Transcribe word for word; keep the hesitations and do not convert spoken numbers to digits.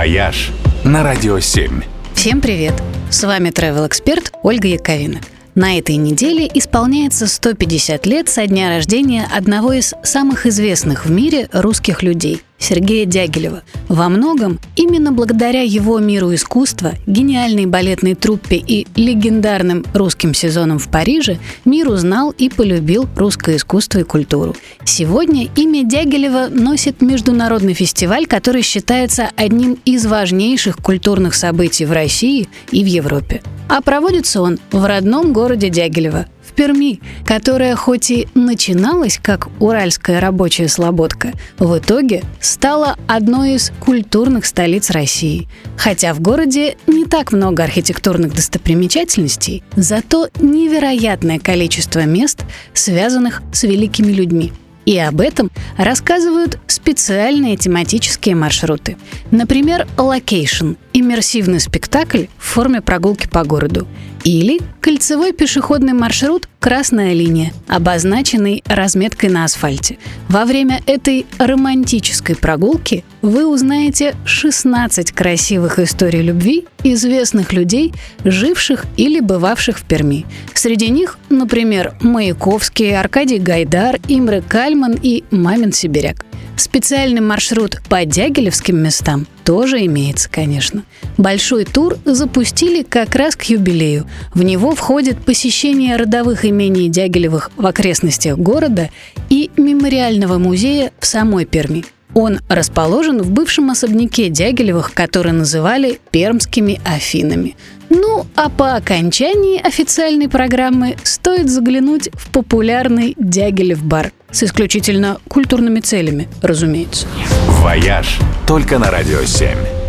«Вояж» на Радио семь. Всем привет! С вами travel-эксперт Ольга Яковина. На этой неделе исполняется сто пятьдесят лет со дня рождения одного из самых известных в мире русских людей – Сергея Дягилева. Во многом именно благодаря его миру искусства, гениальной балетной труппе и легендарным русским сезонам в Париже мир узнал и полюбил русское искусство и культуру. Сегодня имя Дягилева носит международный фестиваль, который считается одним из важнейших культурных событий в России и в Европе. А проводится он в родном городе Дягилево, в Перми, которая хоть и начиналась как уральская рабочая слободка, в итоге стала одной из культурных столиц России. Хотя в городе не так много архитектурных достопримечательностей, зато невероятное количество мест, связанных с великими людьми. И об этом рассказывают специальные тематические маршруты. Например, «Локейшн» – иммерсивный спектакль в форме прогулки по городу. Или кольцевой пешеходный маршрут «Красная линия», обозначенный разметкой на асфальте. Во время этой романтической прогулки вы узнаете шестнадцать красивых историй любви известных людей, живших или бывавших в Перми. Среди них, например, Маяковский, Аркадий Гайдар, Имре Кальман и Мамин сибиряк. Специальный маршрут по дягилевским местам тоже имеется, конечно. Большой тур запустили как раз к юбилею. В него входит посещение родовых имений Дягилевых в окрестностях города и мемориального музея в самой Перми. Он расположен в бывшем особняке Дягилевых, который называли Пермскими Афинами. Ну, а по окончании официальной программы стоит заглянуть в популярный Дягилев-бар. С исключительно культурными целями, разумеется. «Вояж» только на Радио семь.